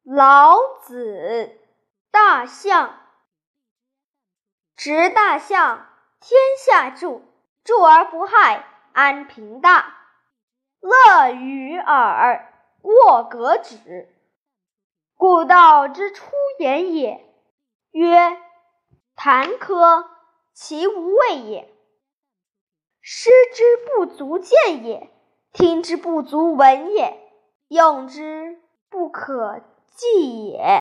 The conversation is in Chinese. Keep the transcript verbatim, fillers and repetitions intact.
老子。大象。执大象，天下助，助而不害，安平大。乐与耳，过革止。故道之出言也，曰：坎坷，其无谓也。师之不足见也，听之不足闻也，用之不可计也。